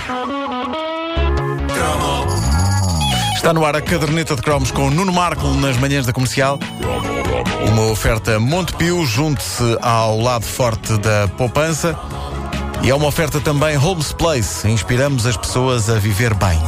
Está no ar a caderneta de cromos com Nuno Marco nas manhãs da Comercial. Uma oferta Montepio, junte-se ao lado forte da poupança. E é uma oferta também Holmes Place. Inspiramos as pessoas a viver bem.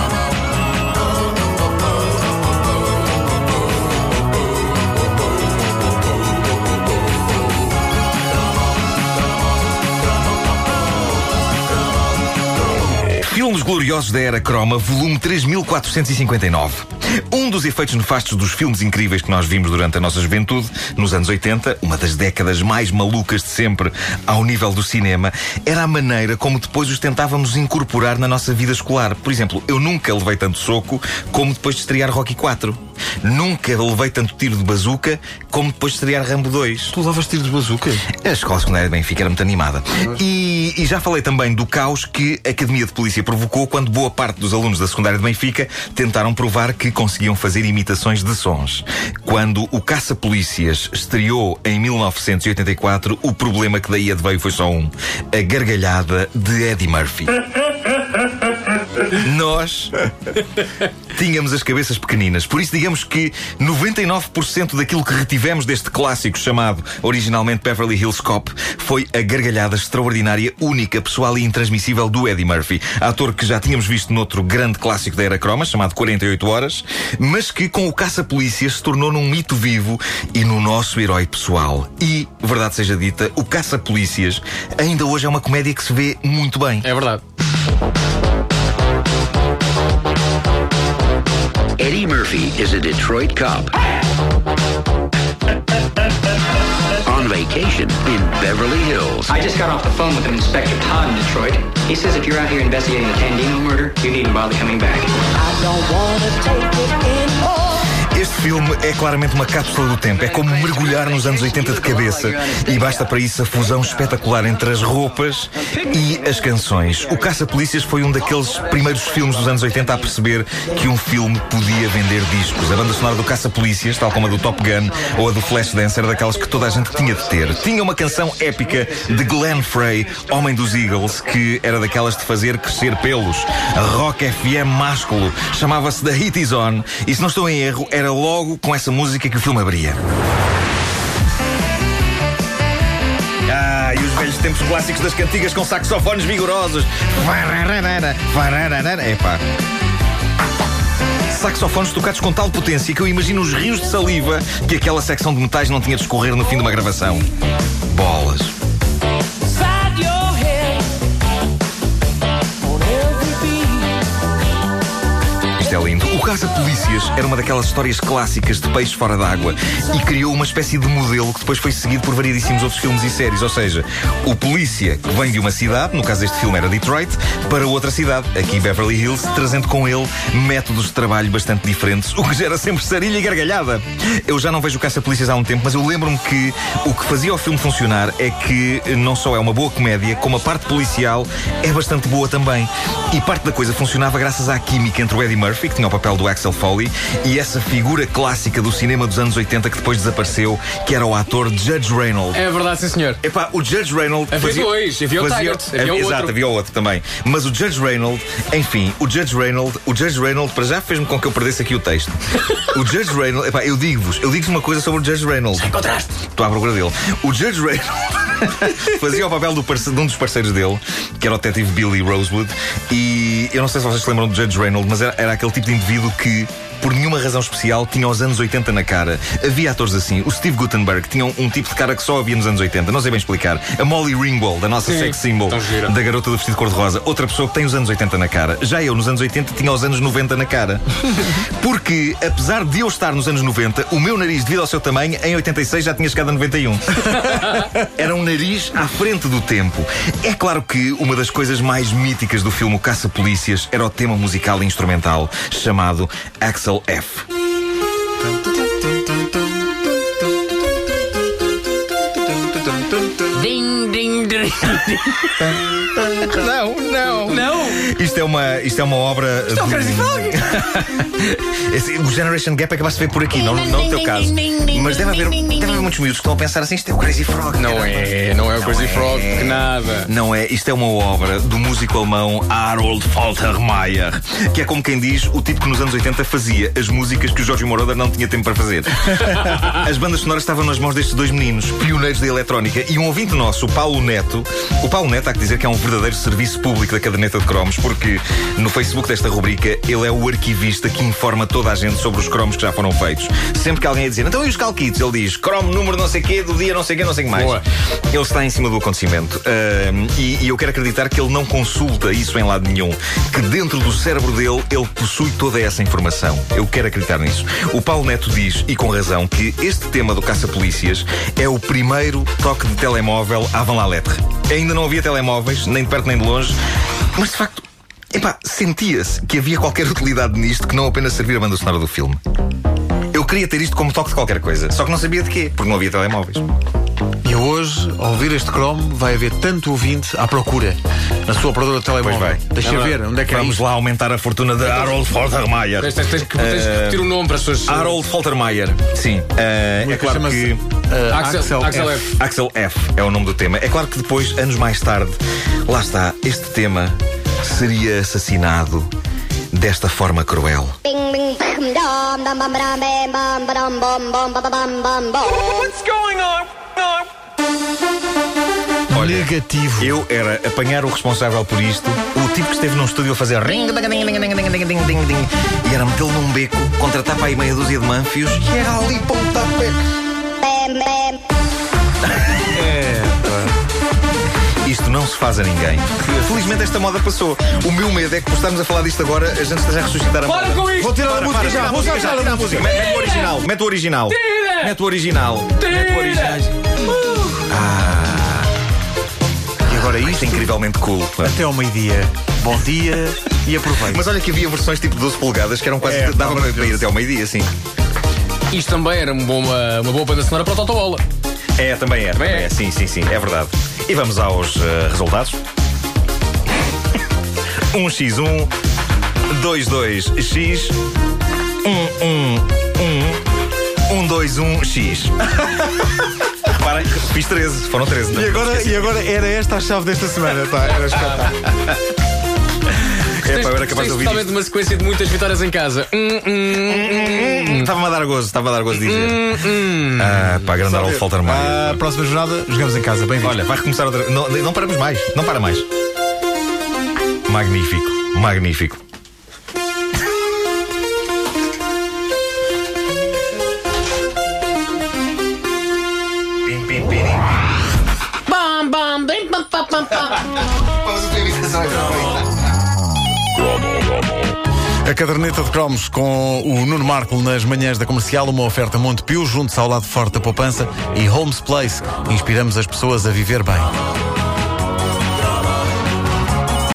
Filmes gloriosos da era croma, volume 3459. Um dos efeitos nefastos dos filmes incríveis que nós vimos durante a nossa juventude, nos anos 80, uma das décadas mais malucas de sempre ao nível do cinema, era a maneira como depois os tentávamos incorporar na nossa vida escolar. Por exemplo, eu nunca levei tanto soco como depois de estrear Rocky IV. Nunca levei tanto tiro de bazuca como depois de estrear Rambo 2. Tu levas tiro de bazuca? A escola secundária de Benfica era muito animada. E já falei também do caos que a Academia de Polícia provocou quando boa parte dos alunos da secundária de Benfica tentaram provar que conseguiam fazer imitações de sons. Quando o Caça-Polícias estreou em 1984, o problema que daí adveio foi só um: a gargalhada de Eddie Murphy. Nós tínhamos as cabeças pequeninas, por isso digamos que 99% daquilo que retivemos deste clássico chamado originalmente Beverly Hills Cop foi a gargalhada extraordinária, única, pessoal e intransmissível do Eddie Murphy, ator que já tínhamos visto noutro grande clássico da era croma, chamado 48 Horas, mas que com o Caça-Polícias se tornou num mito vivo e no nosso herói pessoal. E, verdade seja dita, o Caça-Polícias ainda hoje é uma comédia que se vê muito bem. É verdade. Eddie Murphy is a Detroit cop on vacation in Beverly Hills. I just got off the phone with Inspector Todd in Detroit. He says if you're out here investigating the Tandino murder, you needn't bother coming back. I don't wanna take it anymore. Este filme é claramente uma cápsula do tempo. É como mergulhar nos anos 80 de cabeça. E basta para isso a fusão espetacular entre as roupas e as canções. O Caça-Polícias foi um daqueles primeiros filmes dos anos 80 a perceber que um filme podia vender discos. A banda sonora do Caça-Polícias, tal como a do Top Gun ou a do Flashdance, era daquelas que toda a gente tinha de ter. Tinha uma canção épica de Glenn Frey, homem dos Eagles, que era daquelas de fazer crescer pelos. Rock FM másculo. Chamava-se The Heat Is On. E se não estou em erro, era logo com essa música que o filme abria. E os velhos tempos clássicos das cantigas com saxofones vigorosos. Epá. Saxofones tocados com tal potência que eu imagino os rios de saliva que aquela secção de metais não tinha de escorrer no fim de uma gravação. Bolas. É lindo. O Caça-Polícias era uma daquelas histórias clássicas de peixe fora d'água e criou uma espécie de modelo que depois foi seguido por variedíssimos outros filmes e séries. Ou seja, o polícia que vem de uma cidade, no caso deste filme era Detroit, para outra cidade, aqui Beverly Hills, trazendo com ele métodos de trabalho bastante diferentes, o que gera sempre sarilha e gargalhada. Eu já não vejo o Caça-Polícias há um tempo, mas eu lembro-me que o que fazia o filme funcionar é que não só é uma boa comédia, como a parte policial é bastante boa também. E parte da coisa funcionava graças à química entre o Eddie Murphy, que tinha o papel do Axel Foley, e essa figura clássica do cinema dos anos 80 que depois desapareceu, que era o ator Judge Reinhold. É verdade, sim senhor. Epá, o Judge Reinhold havia dois, havia o Taggart, havia o outro. Exato, havia o outro também. Mas o Judge Reinhold, enfim, o Judge Reinhold para já fez-me com que eu perdesse aqui o texto. O Judge Reinhold, epá, eu digo-vos uma coisa sobre o Judge Reinhold. Já encontraste? Estou à procura dele. O Judge Reinhold fazia o papel de um dos parceiros dele, que era o detetive Billy Rosewood, e eu não sei se vocês se lembram do Judge Reinhold, mas era aquele tipo de indivíduo que, por nenhuma razão especial, tinha os anos 80 na cara. Havia atores assim. O Steve Guttenberg tinha um tipo de cara que só havia nos anos 80. Não sei bem explicar. A Molly Ringwald, a nossa sex symbol, da garota do vestido cor-de-rosa. Outra pessoa que tem os anos 80 na cara. Já eu, nos anos 80, tinha os anos 90 na cara. Porque, apesar de eu estar nos anos 90, o meu nariz, devido ao seu tamanho, em 86 já tinha chegado a 91. Era um nariz à frente do tempo. É claro que uma das coisas mais míticas do filme O Caça-Polícias era o tema musical e instrumental chamado Axel F. Ding, ding, ding. Não. Isto é uma obra. Isto é o Crazy Frog! O Generation Gap acabaste de ver por aqui, não no teu caso. Mas deve haver muitos miúdos que estão a pensar assim: isto é o Crazy Frog. Não é o Crazy Frog, que nada. Não é, isto é uma obra do músico alemão Harold Faltermeyer, que é como quem diz o tipo que nos anos 80 fazia as músicas que o Jorge Moroder não tinha tempo para fazer. As bandas sonoras estavam nas mãos destes dois meninos, pioneiros da eletrónica, e um ouvinte nosso, o Paulo Neto, há que dizer que é um verdadeiro serviço público da caderneta de cromos, porque no Facebook desta rubrica ele é o arquivista que informa toda a gente sobre os cromos que já foram feitos. Sempre que alguém ia dizer, então e os calquitos? Ele diz, cromo número não sei quê, do dia não sei quê, não sei o que mais. Boa. Ele está em cima do acontecimento. E eu quero acreditar que ele não consulta isso em lado nenhum, que dentro do cérebro dele ele possui toda essa informação. Eu quero acreditar nisso. O Paulo Neto diz, e com razão, que este tema do caça-polícias é o primeiro toque de telemóvel avant la lettre. Ainda não havia telemóveis, nem de perto nem de longe, mas de facto, sentia-se que havia qualquer utilidade nisto que não apenas servir a banda sonora do filme. Eu queria ter isto como toque de qualquer coisa, só que não sabia de quê, porque não havia telemóveis. E hoje, ao ouvir este cromo, vai haver tanto ouvinte à procura na sua operadora de telemóvel. Pois vai. Deixa ver onde é que Vamos é lá aumentar a fortuna de Harold Faltermeyer. Tens que repetir o nome para as pessoas. Harold Faltermeyer, sim. É claro que Axel F. Axel F é o nome do tema. É claro que depois, anos mais tarde, lá está, este tema seria assassinado desta forma cruel. What's going on? Olha, negativo. eu era apanhar o responsável por isto, o tipo que esteve num estúdio a fazer ring, e era metê-lo num beco, contratar para aí meia dúzia de manfios e era ali pontapé. Isto não se faz a ninguém. Felizmente esta moda passou. O meu medo é que por estarmos a falar disto agora, a gente esteja a ressuscitar a moda. Para com isto! Vou tirar a música já. Vou Tira tirar a música. Mete o original. Mete o original. Tira! Mete o original. Tira! Mete o original. E agora Isto isto é incrivelmente cool. Pá. até ao meio-dia. Bom dia e aproveite. Mas olha que havia versões tipo 12 polegadas que eram quase. Dava para ir até ao meio-dia, sim. Isto também era uma boa banda sonora para o Totobola. É, também é. Também é. Sim, é verdade. E vamos aos resultados. 1x1, 2-2x, 1-2-1x. Reparem, fiz 13, foram 13. E agora era esta a chave desta semana, tá? Era espetáculo. Eu era capaz de ouvir totalmente uma sequência de muitas vitórias em casa. Estava-me a dar gozo de dizer. Grande Harold Faltermeyer. A próxima jornada, jogamos em casa. Bem-vindo. Olha, vai recomeçar outra. Não paramos mais. Não para mais. Magnífico. Pim. Bam, bam, bem, pam, pam, pam, pam. Vamos a tua imitação. A caderneta de cromos com o Nuno Marco nas manhãs da Comercial, uma oferta Montepio, junto ao lado forte da poupança, e Holmes Place. Inspiramos as pessoas a viver bem.